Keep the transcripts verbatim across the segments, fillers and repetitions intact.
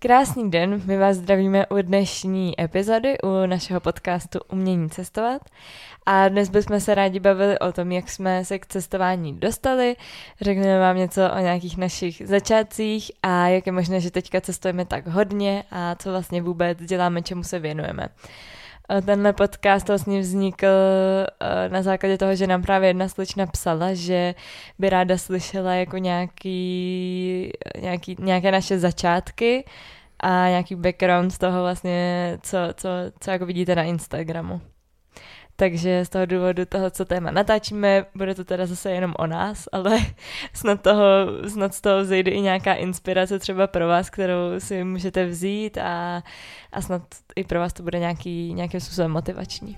Krásný den, my vás zdravíme u dnešní epizody, u našeho podcastu Umění cestovat. A dnes bychom se rádi bavili o tom, jak jsme se k cestování dostali, řekneme vám něco o nějakých našich začátcích a jak je možné, že teďka cestujeme tak hodně a co vlastně vůbec děláme, čemu se věnujeme. Tenhle podcast vlastně vznikl na základě toho, že nám právě jedna slečna psala, že by ráda slyšela jako nějaký, nějaký, nějaké naše začátky a nějaký background z toho vlastně, co, co, co jako vidíte na Instagramu. Takže z toho důvodu toho, co téma natáčíme, bude to teda zase jenom o nás, ale snad, toho, snad z toho vzejde i nějaká inspirace třeba pro vás, kterou si můžete vzít a, a snad i pro vás to bude nějaký, nějakým způsobem motivační.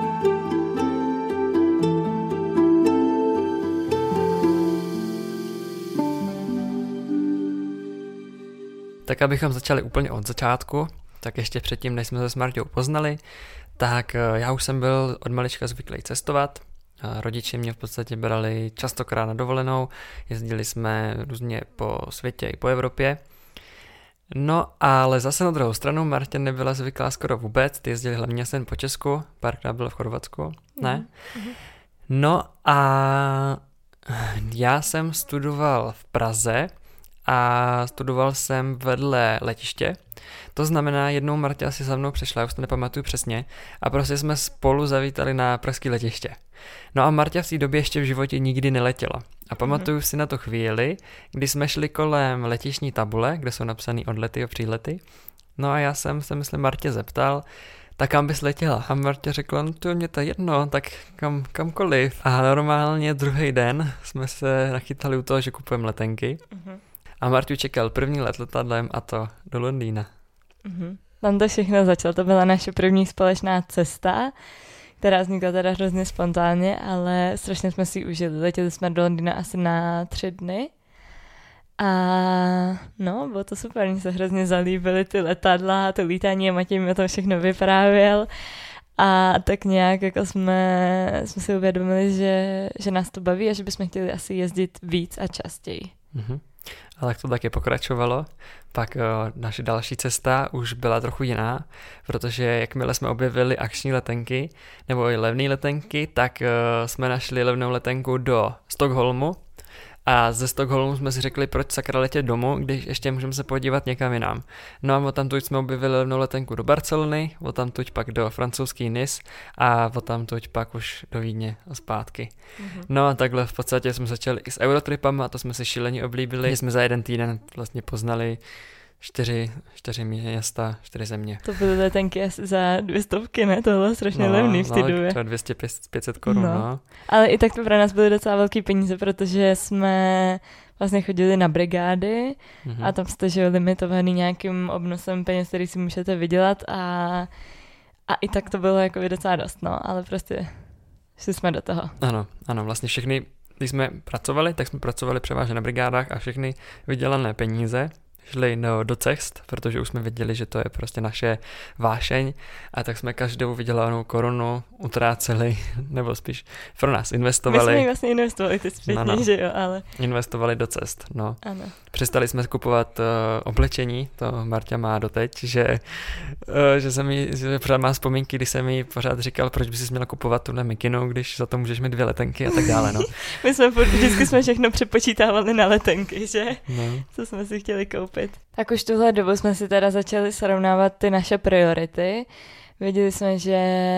Tak abychom začali úplně od začátku, tak ještě předtím, než jsme se s Marťou poznali, tak já už jsem byl od malička zvyklý cestovat. Rodiče mě v podstatě brali častokrát na dovolenou, jezdili jsme různě po světě i po Evropě. No ale zase na druhou stranu Martě nebyla zvyklá skoro vůbec, ty jezdili hlavně sen po Česku, párkrát byl v Chorvatsku, ne? Mm-hmm. No a já jsem studoval v Praze a studoval jsem vedle letiště. To znamená, jednou Marta si za mnou přešla, já už to nepamatuju přesně, a prostě jsme spolu zavítali na pražské letiště. No a Marta v té době ještě v životě nikdy neletěla. A pamatuju mm-hmm. si na to chvíli, kdy jsme šli kolem letištní tabule, kde jsou napsané odlety a přílety. No a já jsem se, myslím, Martě zeptal, tak kam bys letěla? A Martě řekla, no to mě to jedno, tak kam, kamkoliv. A normálně druhý den jsme se nachytali u toho, že kupujeme letenky. Mm-hmm. A Marťu čekal první let letadlem a to do Londýna. Mm-hmm. Tam to všechno začalo, to byla naše první společná cesta, která vznikla teda hrozně spontánně, ale strašně jsme si ji užili. Letěli jsme do Londýna asi na tři dny a no, bylo to super, mně se hrozně zalíbily ty letadla, to lítání a Matěj mi o tom všechno vyprávěl a tak nějak jako jsme, jsme si uvědomili, že, že nás to baví a že bychom chtěli asi jezdit víc a častěji. Mm-hmm. A tak to taky pokračovalo. Pak o, naše další cesta už byla trochu jiná, protože jakmile jsme objevili akční letenky nebo i levné letenky, tak o, jsme našli levnou letenku do Stockholmu a ze Stockholmu jsme si řekli, proč sakra letět domů, když ještě můžeme se podívat někam jinam. No a odtamtud jsme objevili levnou letenku do Barcelony, odtamtud pak do francouzský Nice a odtamtud pak už do Vídně a zpátky. Mm-hmm. No a takhle v podstatě jsme začali i s Eurotripama a to jsme si šíleně oblíbili. Jsme za jeden týden vlastně poznali čtyři, čtyři města, čtyři země. To byly letenky asi za dvě stovky, ne? To bylo strašně no, levný v té no, době. Třeba dvě stě pět set korun, no. no. Ale i tak to pro nás byly docela velký peníze, protože jsme vlastně chodili na brigády mm-hmm. a tam jste že limitovaný nějakým obnosem peněz, který si můžete vydělat a, a i tak to bylo jako docela dost, no, ale prostě šli jsme do toho. Ano, ano, vlastně všechny, když jsme pracovali, tak jsme pracovali převážně na brigádách a všechny vydělané peníze šli no, do cest, protože už jsme věděli, že to je prostě naše vášeň a tak jsme každou vydělanou korunu utráceli, nebo spíš pro nás investovali. My jsme ji vlastně investovali ty zpětně, no, no. že jo, ale... Investovali do cest, no. Ano. Přestali jsme kupovat uh, oblečení, to Marta má doteď, že, uh, že jsem jí, že pořád má vzpomínky, kdy jsem jí pořád říkal, proč by si měla kupovat tuhle mikinu, když za to můžeš mít dvě letenky a tak dále, no. My jsme vždycky jsme všechno přepočítávali na letenky, že? No. Co jsme si chtěli koupit. Tak už tuhle dobu jsme si teda začali srovnávat ty naše priority. Věděli jsme, že,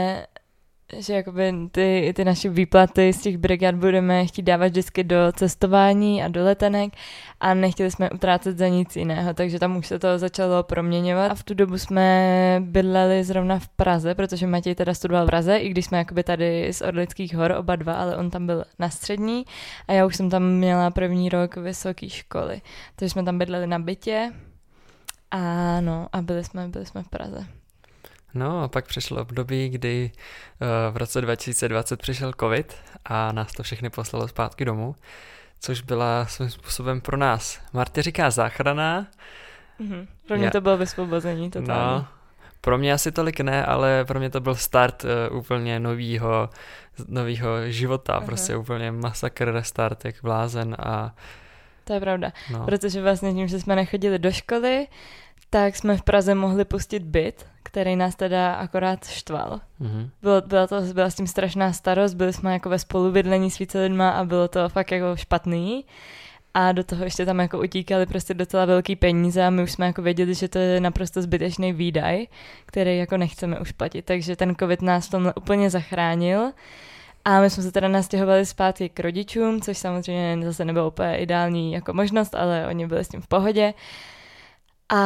že jakoby ty, ty naše výplaty z těch brigád budeme chtít dávat vždycky do cestování a do letenek a nechtěli jsme utrácet za nic jiného, takže tam už se to začalo proměňovat. A v tu dobu jsme bydleli zrovna v Praze, protože Matěj teda studoval v Praze, i když jsme jakoby tady z Orlických hor oba dva, ale on tam byl na střední a já už jsem tam měla první rok vysoké školy. Takže jsme tam bydleli na bytě a no a byli jsme, byli jsme v Praze. No a pak přišlo období, kdy uh, v roce dva tisíce dvacet přišel covid a nás to všechny poslalo zpátky domů, což byla svým způsobem pro nás, Martě říká záchrana. Mm-hmm. Pro mě Já, to bylo vysvobození totálně. No, pro mě asi tolik ne, ale pro mě to byl start uh, úplně novýho, novýho života, Aha. prostě úplně masakr, restart, jak blázen a... To je pravda, no. Protože vlastně tím, že jsme nechodili do školy, tak jsme v Praze mohli pustit byt, který nás teda akorát štval. Mm-hmm. Bylo, byla, to, byla s tím strašná starost, byli jsme jako ve spolubydlení s více lidma a bylo to fakt jako špatný. A do toho ještě tam jako utíkali prostě docela velký peníze a my už jsme jako věděli, že to je naprosto zbytečný výdaj, který jako nechceme už platit. Takže ten covid nás v tomhle úplně zachránil. A my jsme se teda nastěhovali zpátky k rodičům, což samozřejmě zase nebylo úplně ideální jako možnost, ale oni byli s tím v pohodě. A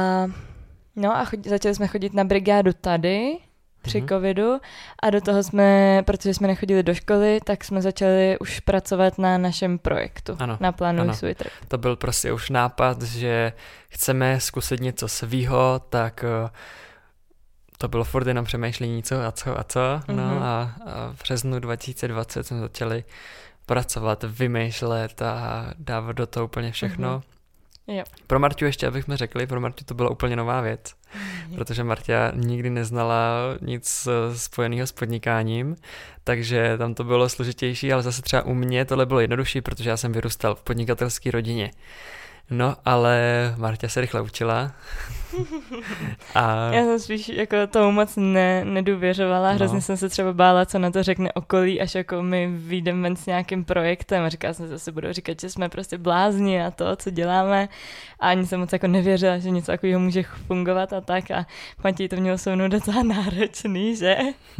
no a chodí, začali jsme chodit na brigádu tady při mm-hmm. covidu a do toho jsme, protože jsme nechodili do školy, tak jsme začali už pracovat na našem projektu, ano, na Plánuj svůj trip. To byl prostě už nápad, že chceme zkusit něco svýho, tak to bylo furt jenom přemýšlení, co a co a co. Mm-hmm. No a, a v březnu dva tisíce dvacet jsme začali pracovat, vymýšlet a dávat do toho úplně všechno. Mm-hmm. Jo. Pro Marťu ještě, abychom řekli, pro Marťu to byla úplně nová věc, protože Marťa nikdy neznala nic spojeného s podnikáním, takže tam to bylo složitější, ale zase třeba u mě tohle bylo jednodušší, protože já jsem vyrůstal v podnikatelské rodině. No, ale Marťa se rychle učila. A... Já jsem spíš jako tomu moc ne, nedůvěřovala, hrozně no. jsem se třeba bála, co na to řekne okolí, až jako my vyjdeme ven s nějakým projektem a říkala jsem, že zase budou říkat, že jsme prostě blázni a to, co děláme a ani jsem moc jako nevěřila, že něco takového může fungovat a tak a Matěj to mělo se mnou docela náročný, že?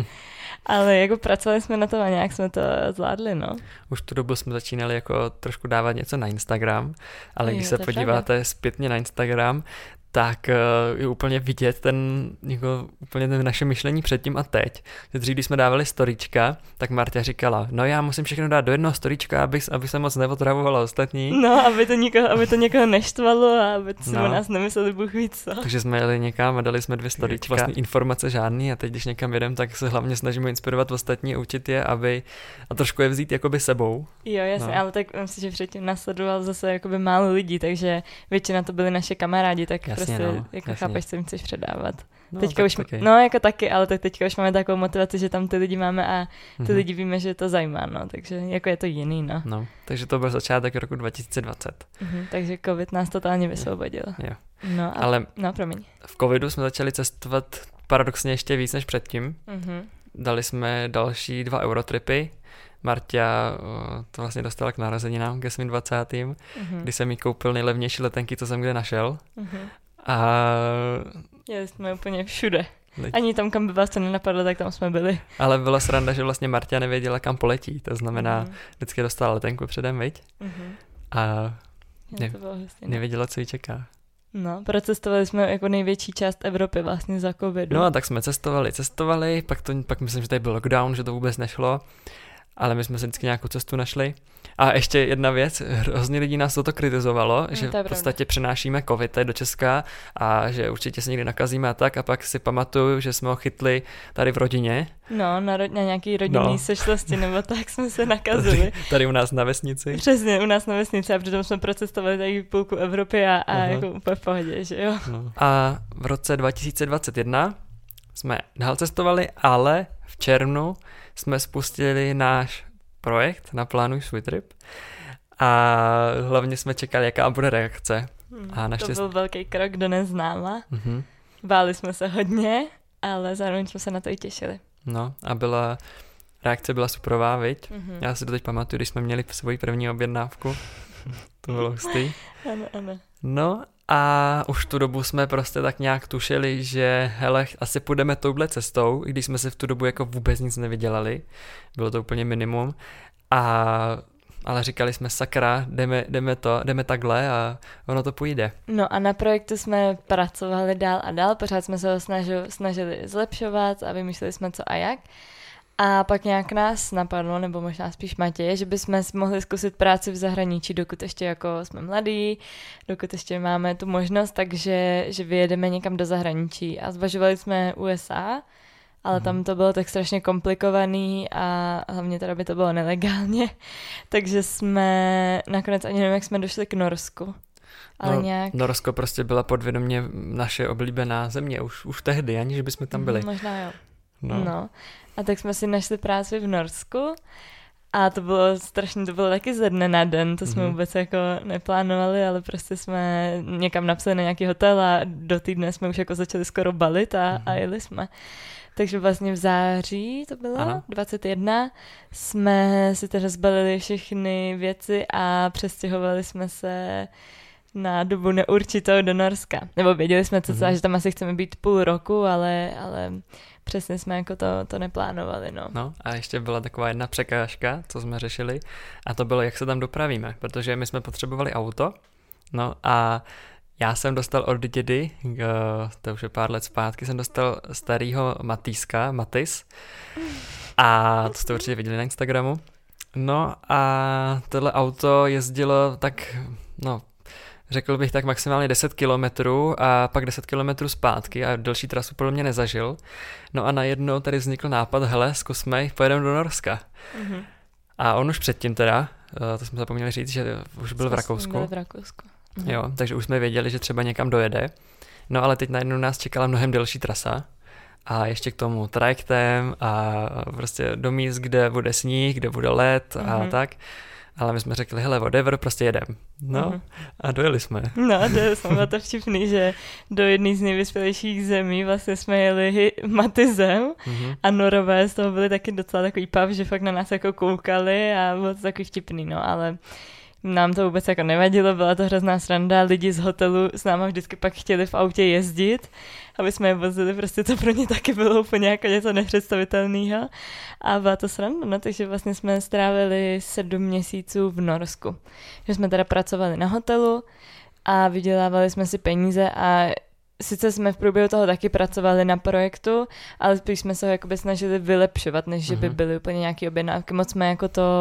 Ale jako pracovali jsme na tom a nějak jsme to zvládli, no. Už tu dobu jsme začínali jako trošku dávat něco na Instagram, ale jo, když se podíváte pravda. Zpětně na Instagram, tak je úplně vidět ten, jako, úplně ten naše myšlení předtím a teď. Dřív, když jsme dávali storíčka, tak Marta říkala, no já musím všechno dát do jednoho storíčka, aby, aby se moc neotravovala ostatní. No, aby to, někoho, aby to někoho neštvalo a aby si no. o nás nemysleli Bůh víc, co. Takže jsme jeli někam a dali jsme dvě storíčka. Vlastně informace žádný a teď, když někam jedem, tak se hlavně snažíme inspirovat ostatní a učit je, aby a trošku je vzít jakoby sebou. Jo, jasně, no. Ale tak myslím, že předtím nasledoval zase jakoby málo lidí, takže většina to byli naše kamarádi, tak jasně, prostě no, jako jasně. Chápeš, co jim chceš předávat. No, teďka už, taky. No jako taky, ale tak teďka už máme takovou motivaci, že tam ty lidi máme a ty mm-hmm. lidi víme, že to zajímá, no, takže jako je to jiný, no. No, takže to byl začátek roku dva tisíce dvacet. Mm-hmm, takže covid nás totálně vysvobodil. Jo. No, a, ale no, promiň. V covidu jsme začali cestovat paradoxně ještě víc než předtím. Mm-hmm. Dali jsme další dva eurotripy. Marťa to vlastně dostala k narozeninám, ke svým dvacátým, mm-hmm. kdy jsem jí koupil nejlevnější letenky, co jsem kde našel. Mm-hmm. A... Jeli jsme úplně všude. Ani tam, kam by vás to nenapadlo, tak tam jsme byli. Ale byla sranda, že vlastně Marťa nevěděla, kam poletí. To znamená, mm-hmm. vždycky dostala letenku předem, viď? Mm-hmm. A ne, hustý, nevěděla, co jí čeká. No, procestovali jsme jako největší část Evropy vlastně za covidu. No a tak jsme cestovali, cestovali, pak, to, pak myslím, že tady byl lockdown, že to vůbec nešlo. Ale my jsme si vždycky nějakou cestu našli. A ještě jedna věc, hrozně lidí nás toto kritizovalo, no, že v podstatě pravda. přenášíme covid do Česka a že určitě se někdy nakazíme a tak a pak si pamatuju, že jsme ho chytli tady v rodině. No, na, ro- na nějaký rodinný no. sešlosti nebo tak jsme se nakazili. Tady, tady u nás na vesnici. Přesně, u nás na vesnici a přitom jsme procestovali tady půlku Evropy a, a jako úplně v pohodě, že jo. No. A v roce dva tisíce dvacet jedna jsme dál cestovali, ale v červnu jsme spustili náš projekt na Plánuj svůj trip a hlavně jsme čekali, jaká bude reakce. Hmm, a naštěstí... To byl velký krok do neznáma. Mm-hmm. Báli jsme se hodně, ale zároveň jsme se na to i těšili. No a byla, reakce byla superová, viď? Mm-hmm. Já si to teď pamatuju, když jsme měli svoji první objednávku. To bylo hustý. Ano, ano. No a už tu dobu jsme prostě tak nějak tušili, že hele, asi půjdeme touhle cestou, i když jsme si v tu dobu jako vůbec nic nevydělali. Bylo to úplně minimum. A, ale říkali jsme sakra, jdeme, jdeme to, jdeme takhle a ono to půjde. No a na projektu jsme pracovali dál a dál, pořád jsme se ho snažili, snažili zlepšovat a vymýšleli jsme co a jak. A pak nějak nás napadlo, nebo možná spíš Matěj, že bychom mohli zkusit práci v zahraničí, dokud ještě jako jsme mladí, dokud ještě máme tu možnost, takže že vyjedeme někam do zahraničí. A zvažovali jsme U S A, ale mm. tam to bylo tak strašně komplikovaný a hlavně teda by to bylo nelegálně. Takže jsme nakonec ani nevím, jak jsme došli k Norsku. Ale no, nějak... Norsko prostě byla podvědomě naše oblíbená země, už, už tehdy, aniž bychom tam byli. Mm, možná jo. No. no. A tak jsme si našli práci v Norsku A to bylo strašně, to bylo taky ze dne na den, to jsme mm-hmm. vůbec jako neplánovali, ale prostě jsme někam napsali na nějaký hotel a do týdne jsme už jako začali skoro balit a, mm-hmm. a jeli jsme. Takže vlastně v září to bylo, ano. dvacet jedna, jsme si teda zbalili všechny věci a přestěhovali jsme se na dobu neurčitou do Norska. Nebo věděli jsme co, mm-hmm. že tam asi chceme být půl roku, ale, ale přesně jsme jako to, to neplánovali. No. no a ještě byla taková jedna překážka, co jsme řešili, a to bylo, jak se tam dopravíme, protože my jsme potřebovali auto, no a já jsem dostal od dědy, to už je pár let zpátky, jsem dostal starýho Matýska, Matis, a to jste určitě viděli na Instagramu. No a tohle auto jezdilo tak, no, řekl bych tak maximálně deset kilometrů a pak deset kilometrů zpátky a delší trasu podle mě nezažil. No a najednou tady vznikl nápad, hele, zkusme, pojedeme do Norska. Mm-hmm. A on už předtím teda, to jsme zapomněli říct, že už byl v Rakousku. Byl v Rakousku. Mhm. Jo, takže už jsme věděli, že třeba někam dojede. No ale teď najednou nás čekala mnohem delší trasa a ještě k tomu trajektem a prostě do míst, kde bude sníh, kde bude led a mm-hmm. tak. Ale my jsme řekli, hele, whatever, prostě jedem. No mm-hmm. a dojeli jsme. No, dojeli jsme, bylo to vtipný, že do jedné z nejvyspělejších zemí vlastně jsme jeli Matizem mm-hmm. a Norové z toho byli taky docela takový pav, že fakt na nás jako koukali a bylo to takový vtipný, no, ale nám to vůbec jako nevadilo, byla to hrozná sranda, lidi z hotelu s náma vždycky pak chtěli v autě jezdit, aby jsme je vozili, prostě to pro ně taky bylo úplně jako něco nepředstavitelného a byla to sranda, no, takže vlastně jsme strávili sedm měsíců v Norsku, že jsme teda pracovali na hotelu a vydělávali jsme si peníze a sice jsme v průběhu toho taky pracovali na projektu, ale spíš jsme se ho jakoby snažili vylepšovat, než že by byly úplně nějaké objednávky, moc jsme jako to...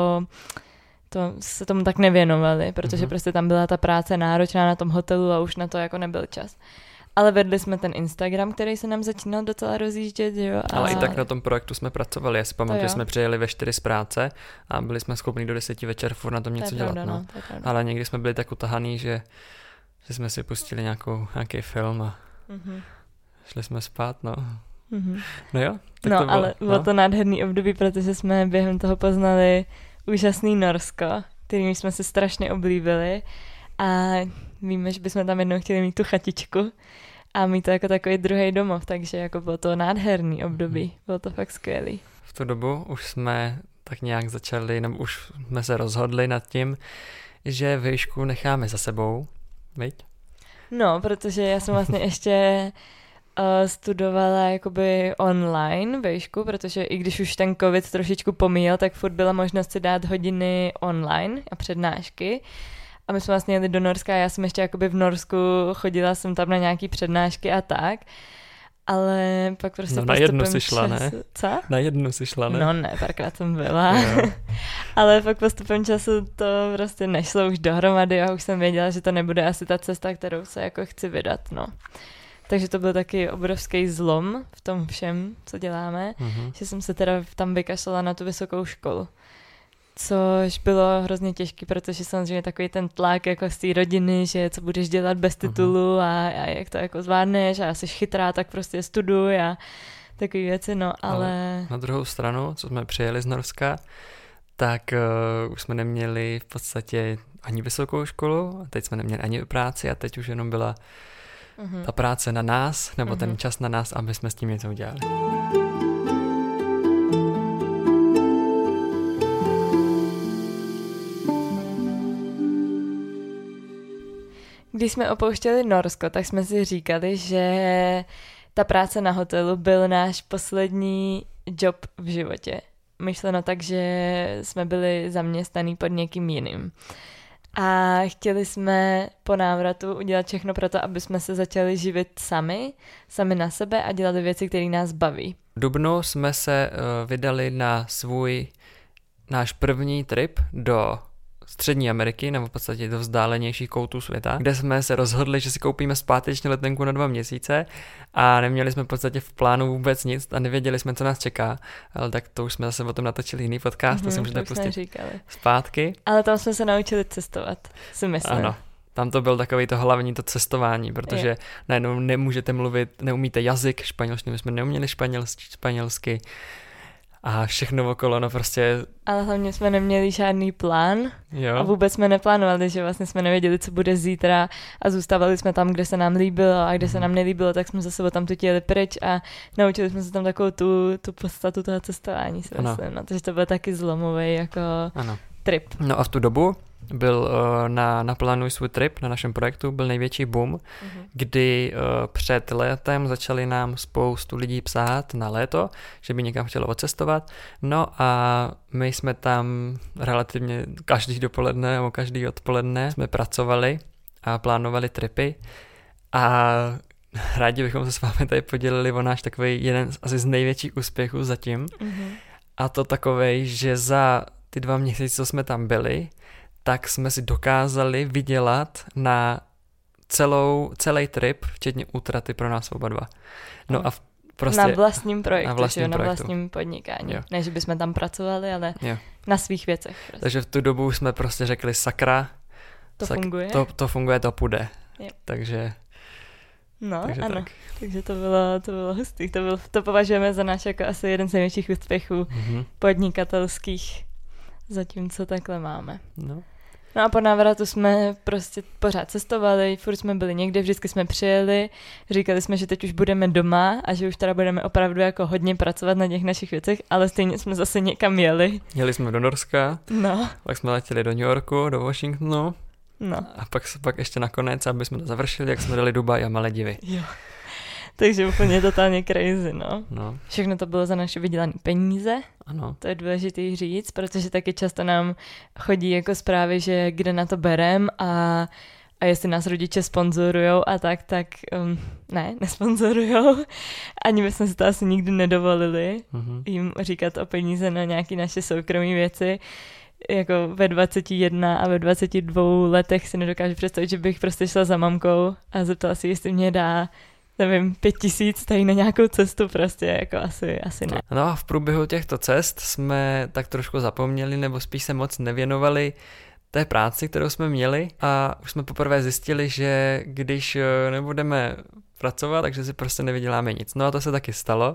to se tomu tak nevěnovali, protože mm-hmm. prostě tam byla ta práce náročná na tom hotelu a už na to jako nebyl čas. Ale vedli jsme ten Instagram, který se nám začínal docela rozjíždět, jo. A... Ale i tak na tom projektu jsme pracovali. Já si pamatuju, že jsme přijeli ve čtyři z práce a byli jsme schopni do deseti večer furt na tom něco dělat. Pravda, no. No, ale někdy jsme byli tak utahaný, že, že jsme si pustili nějakou, nějaký film a mm-hmm. šli jsme spát, no. Mm-hmm. No jo. Tak no, to bylo, ale bylo no. to nádherný období, protože jsme během toho poznali úžasný Norsko, kterým jsme se strašně oblíbili a víme, že bychom tam jednou chtěli mít tu chatičku a mít to jako takový druhý domov, takže jako bylo to nádherný období, bylo to fakt skvělý. V tu dobu už jsme tak nějak začali, nebo už jsme se rozhodli nad tím, že výšku necháme za sebou, viď? No, protože já jsem vlastně ještě uh, studovala jakoby online výšku, protože i když už ten covid trošičku pomíjel, tak furt byla možnost si dát hodiny online a přednášky. A my jsme vlastně jeli do Norska a já jsem ještě jakoby v Norsku chodila jsem tam na nějaký přednášky a tak. Ale pak prostě no, na jednu si šla, času... ne? Co? Na jednu si šla, ne? No ne, párkrát jsem byla. Ale pak postupem času to prostě nešlo už dohromady a už jsem věděla, že to nebude asi ta cesta, kterou se jako chci vydat, no. Takže to byl taky obrovský zlom v tom všem, co děláme, mm-hmm. že jsem se teda tam vykašlala na tu vysokou školu. Což bylo hrozně těžké, protože samozřejmě takový ten tlak jako z té rodiny, že co budeš dělat bez titulu a, a jak to jako zvládneš a jsi chytrá, tak prostě studuj a takové věci, no, ale... ale... Na druhou stranu, co jsme přijeli z Norska, tak uh, už jsme neměli v podstatě ani vysokou školu, a teď jsme neměli ani práci a teď už jenom byla uh-huh. ta práce na nás, nebo uh-huh. ten čas na nás, aby jsme s tím něco udělali. Když jsme opouštěli Norsko, tak jsme si říkali, že ta práce na hotelu byl náš poslední job v životě. Myšleno tak, že jsme byli zaměstnaní pod někým jiným. A chtěli jsme po návratu udělat všechno pro to, aby jsme se začali živit sami, sami na sebe a dělali věci, které nás baví. V dubnu jsme se uh, vydali na svůj náš první trip do Střední Ameriky, nebo v podstatě do vzdálenějších koutů světa, kde jsme se rozhodli, že si koupíme zpáteční letenku na dva měsíce a neměli jsme v podstatě v plánu vůbec nic a nevěděli jsme, co nás čeká, ale tak to už jsme zase o tom natočili jiný podcast, mm-hmm, to si můžete pustit zpátky. Ale tam jsme se naučili cestovat, si myslím. Ano, tam to byl takový to hlavní, to cestování, protože je. najednou nemůžete mluvit, neumíte jazyk španělštiny, my jsme neuměli španělsky, španělsky a všechno okolo, no prostě... Ale hlavně jsme neměli žádný plán Jo. a vůbec jsme neplánovali, že vlastně jsme nevěděli, co bude zítra a zůstávali jsme tam, kde se nám líbilo a kde se nám nelíbilo, tak jsme zase tam tu jeli pryč a naučili jsme se tam takovou tu, tu podstatu toho cestování, si myslím. No, takže to byl taky zlomový jako ano. trip. No a v tu dobu byl uh, na, na Plánuj svůj trip, na našem projektu, byl největší boom, uh-huh. kdy uh, před létem začali nám spoustu lidí psát na léto, že by někam chtělo odcestovat. No a my jsme tam relativně každý dopoledne nebo každý odpoledne jsme pracovali a plánovali tripy a rádi bychom se s vámi tady podělili o náš takový jeden z, asi z největších úspěchů zatím. Uh-huh. A to takovej, že za ty dva měsíce, co jsme tam byli, tak jsme si dokázali vydělat na celou, celý trip, včetně útraty pro nás oba dva. No a v, prostě... Na vlastním projektu, na vlastním, že? projektu. Na vlastním podnikání. Jo. Ne, že bychom tam pracovali, ale jo. na svých věcech. Prostě. Takže v tu dobu jsme prostě řekli sakra, to sak, funguje. To, to funguje, to půjde. Jo. Takže... No, takže ano. Tak. Takže to bylo, to bylo hustý. To, byl, to považujeme za náš jako asi jeden z největších úspěchů mm-hmm. podnikatelských, zatímco takhle máme. No. No a po návratu jsme prostě pořád cestovali, furt jsme byli někde, vždycky jsme přijeli, říkali jsme, že teď už budeme doma a že už teda budeme opravdu jako hodně pracovat na těch našich věcech, ale stejně jsme zase někam jeli. Jeli jsme do Norska, no. pak jsme letěli do New Yorku, do Washingtonu no. a pak, pak ještě nakonec, aby jsme to završili, jak jsme dali Dubaj a Maledivy. Jo. Takže úplně totálně crazy, no. no. Všechno to bylo za naše vydělané peníze. Ano. To je důležitý říct, protože taky často nám chodí jako zprávy, že kde na to berem a, a jestli nás rodiče sponzorujou a tak, tak um, ne, nesponzorujou. Ani bychom si to asi nikdy nedovolili mm-hmm. jim říkat o peníze na nějaké naše soukromé věci. Jako ve dvaceti jedné a ve dvaceti dvou letech si nedokážu představit, že bych prostě šla za mamkou a zeptala si, jestli mě dá nevím, pět tisíc tady na nějakou cestu prostě, jako asi, asi ne. No a v průběhu těchto cest jsme tak trošku zapomněli, nebo spíš se moc nevěnovali té práci, kterou jsme měli a už jsme poprvé zjistili, že když nebudeme pracovat, takže si prostě nevyděláme nic. No a to se taky stalo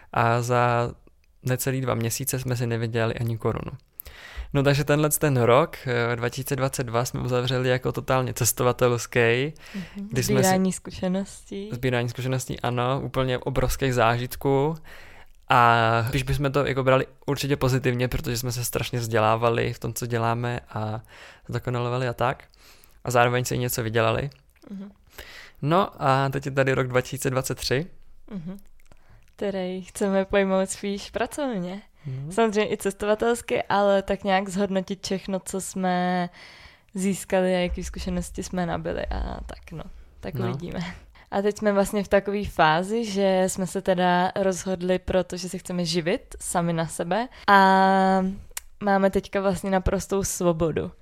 a za necelý dva měsíce jsme si nevydělali ani korunu. No takže tenhle ten rok, dva tisíce dvacet dva, jsme uzavřeli jako totálně cestovatelský. Mm-hmm. Sbírání si... zkušeností. Sbírání zkušeností, ano, úplně obrovských zážitků. A když bychom to jako brali určitě pozitivně, protože jsme se strašně vzdělávali v tom, co děláme a zdokonalovali a tak. A zároveň si něco vydělali. Mm-hmm. No a teď je tady rok dva tisíce dvacet tři. Mm-hmm. Který chceme pojmout spíš pracovně. Hmm. Samozřejmě i cestovatelsky, ale tak nějak zhodnotit všechno, co jsme získali a jaký zkušenosti jsme nabili a tak no, tak no. Uvidíme. A teď jsme vlastně v takové fázi, že jsme se teda rozhodli, protože se chceme živit sami na sebe a máme teďka vlastně naprostou svobodu.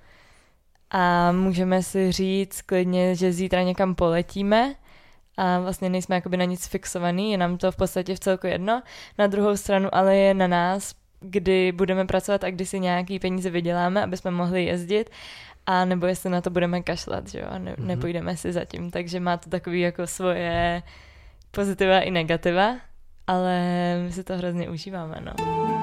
A můžeme si říct klidně, že zítra někam poletíme, a vlastně nejsme jakoby na nic fixovaný, je nám to v podstatě v celku jedno. Na druhou stranu ale je na nás, kdy budeme pracovat a kdy si nějaký peníze vyděláme, aby jsme mohli jezdit, a nebo jestli na to budeme kašlat, že jo, a ne, mm-hmm. nepůjdeme si zatím. Takže má to takový jako svoje pozitiva i negativa, ale my si to hrozně užíváme, no.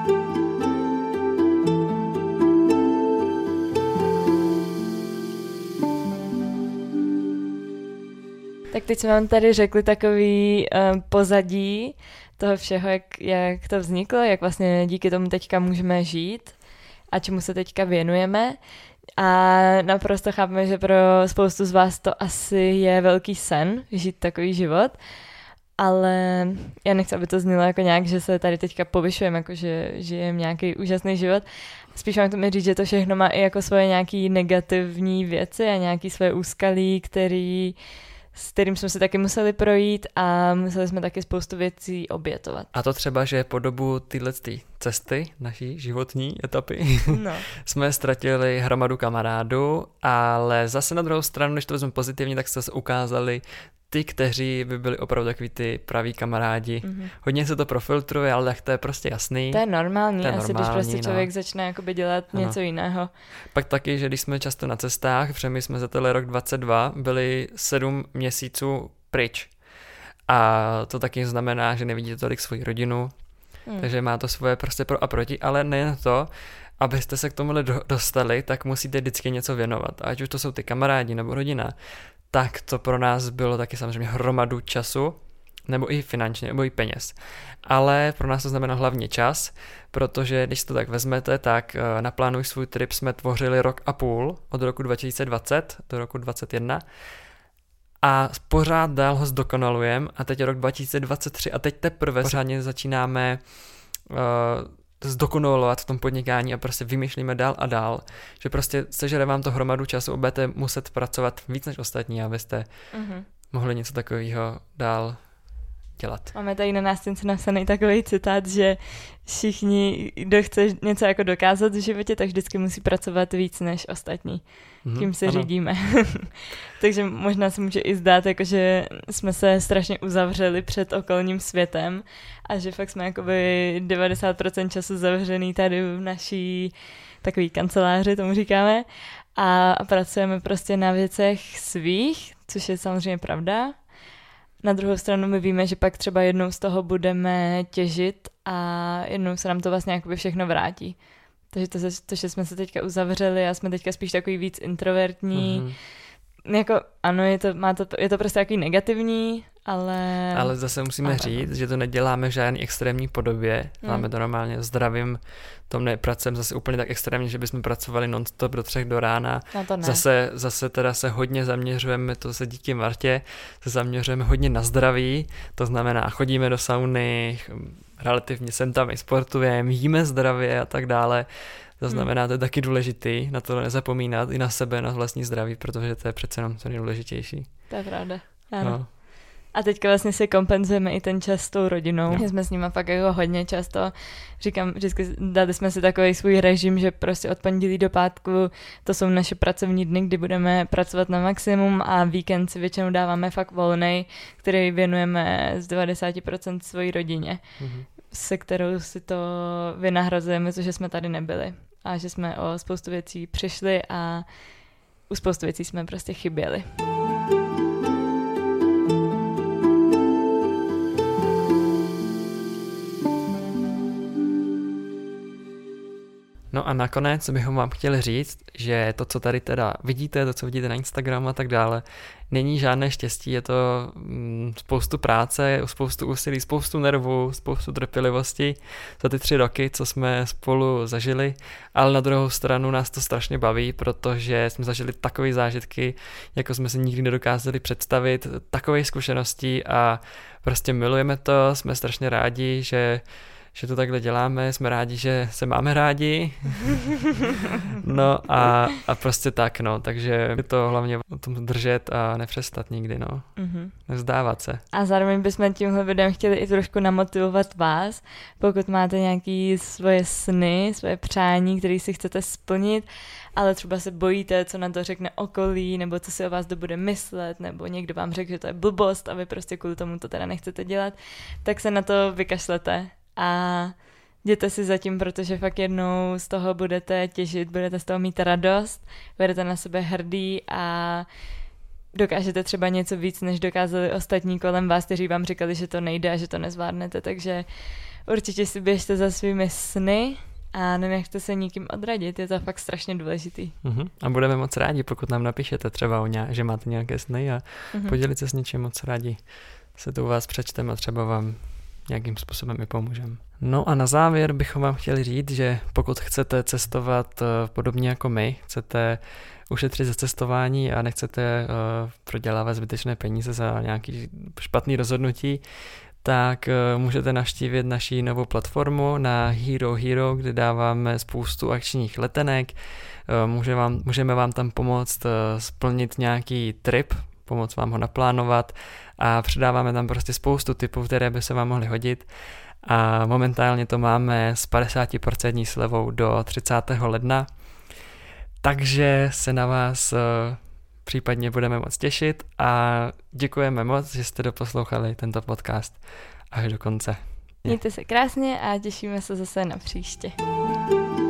Tak teď jsme vám tady řekli takový um, pozadí toho všeho, jak, jak to vzniklo, jak vlastně díky tomu teďka můžeme žít a čemu se teďka věnujeme. A naprosto chápeme, že pro spoustu z vás to asi je velký sen, žít takový život, ale já nechci, aby to znělo jako nějak, že se tady teďka povyšujeme, jako že žijeme nějaký úžasný život. Spíš mám to mi říct, že to všechno má i jako svoje nějaký negativní věci a nějaký svoje úskalí, který s kterým jsme se taky museli projít a museli jsme taky spoustu věcí obětovat. A to třeba, že po dobu téhle cesty, naší životní etapy, no. jsme ztratili hromadu kamarádů, ale zase na druhou stranu, když to vezmeme pozitivně, tak se ukázali ty, kteří by byli opravdu takový ty praví kamarádi. Mm-hmm. Hodně se to profiltruje, ale tak to je prostě jasný. To je normální, to je asi normální, když prostě člověk no. začne jakoby dělat ano. něco jiného. Pak taky, že když jsme často na cestách, protože my jsme za tenhle rok dvacet dva byli sedm měsíců pryč. A to taky znamená, že nevidíte tolik svoji rodinu, Hmm. Takže má to svoje prostě pro a proti, ale nejen to, abyste se k tomuhle do- dostali, tak musíte vždycky něco věnovat. Ať už to jsou ty kamarádi nebo rodina, tak to pro nás bylo taky samozřejmě hromadu času, nebo i finančně, nebo i peněz. Ale pro nás to znamená hlavně čas, protože když to tak vezmete, tak na Plánuj svůj trip jsme tvořili rok a půl, od roku dva tisíce dvacet do roku dvacet jedna, a pořád dál ho zdokonalujeme a teď je rok dva tisíce dvacet tři a teď teprve pořádně začínáme uh, zdokonalovat v tom podnikání a prostě vymýšlíme dál a dál, že prostě sežere vám to hromadu času, budete muset pracovat víc než ostatní, abyste mm-hmm. mohli něco takového dál dělat. Máme tady na nástěnce napsaný takový citát, že všichni, kdo chce něco jako dokázat v životě, tak vždycky musí pracovat víc než ostatní. Mm-hmm, tím se ano. řídíme. Takže možná se může i zdát, jako, že jsme se strašně uzavřeli před okolním světem a že fakt jsme jakoby devadesát procent času zavřený tady v naší takový kanceláři, tomu říkáme, a pracujeme prostě na věcech svých, což je samozřejmě pravda. Na druhou stranu my víme, že pak třeba jednou z toho budeme těžit a jednou se nám to vlastně jakoby všechno vrátí. Takže to, to, že jsme se teďka uzavřeli a jsme teďka spíš takový víc introvertní. Mm-hmm. Jako ano, je to, má to, je to prostě takový negativní, ale... Ale zase musíme ale... říct, že to neděláme v žádný extrémní podobě. Hmm. Máme to normálně zdravím, tom nepracujeme zase úplně tak extrémně, že bychom pracovali non-stop do třech do rána. No to ne. Zase, zase teda se hodně zaměřujeme, to se díky Martě, se zaměřujeme hodně na zdraví, to znamená chodíme do sauny, relativně sem tam i sportujeme, jíme zdravě a tak dále. To znamená, to je taky důležitý, na to nezapomínat, i na sebe, na vlastní zdraví, protože to je přece jenom to nejdůležitější. To je pravda, ano. No. A teďka vlastně si kompenzujeme i ten čas s tou rodinou. No. Jsme s nima fakt jako hodně často, říkám, vždycky dali jsme si takový svůj režim, že prostě od pondělí do pátku to jsou naše pracovní dny, kdy budeme pracovat na maximum a víkend si většinou dáváme fakt volnej, který věnujeme z devadesát procent svojí rodině, mm-hmm. se kterou si to vynahrazujeme, což jsme tady nebyli. A že jsme o spoustu věcí přišli a u spoustu věcí jsme prostě chyběli. No a nakonec bychom vám chtěli říct, že to, co tady teda vidíte, to, co vidíte na Instagramu a tak dále, není žádné štěstí, je to mm, spoustu práce, spoustu úsilí, spoustu nervů, spoustu trpělivosti za ty tři roky, co jsme spolu zažili, ale na druhou stranu nás to strašně baví, protože jsme zažili takové zážitky, jako jsme si nikdy nedokázali představit, takové zkušenosti a prostě milujeme to, jsme strašně rádi, že že to takhle děláme, jsme rádi, že se máme rádi, no a, a prostě tak, no, takže je to hlavně o tom držet a nepřestat nikdy, no, mm-hmm. nevzdávat se. A zároveň bychom tímhle videem chtěli i trošku namotivovat vás, pokud máte nějaké svoje sny, svoje přání, které si chcete splnit, ale třeba se bojíte, co na to řekne okolí, nebo co si o vás to bude myslet, nebo někdo vám řekne, že to je blbost a vy prostě kvůli tomu to teda nechcete dělat, tak se na to vykašlete. A jděte si zatím, protože fakt jednou z toho budete těžit, budete z toho mít radost, budete na sebe hrdý a dokážete třeba něco víc, než dokázali ostatní kolem vás, kteří vám říkali, že to nejde a že to nezvládnete, takže určitě si běžte za svými sny a nenechte se nikým odradit, je to fakt strašně důležitý. Uh-huh. A budeme moc rádi, pokud nám napíšete třeba, o nějak, že máte nějaké sny a uh-huh. podělit se s něčím, moc rádi se to u vás přečteme a třeba vám nějakým způsobem i pomůžeme. No a na závěr bychom vám chtěli říct, že pokud chcete cestovat podobně jako my, chcete ušetřit za cestování a nechcete uh, prodělávat zbytečné peníze za nějaký špatný rozhodnutí, tak uh, můžete navštívit naši novou platformu na Hero Hero, kde dáváme spoustu akčních letenek. Uh, může vám, můžeme vám tam pomoct uh, splnit nějaký trip, pomoct vám ho naplánovat a předáváme tam prostě spoustu typů, které by se vám mohly hodit a momentálně to máme s padesát procent slevou do třicátého ledna, takže se na vás uh, případně budeme moc těšit a děkujeme moc, že jste doposlouchali tento podcast až do konce. Mějte se krásně a těšíme se zase na příště.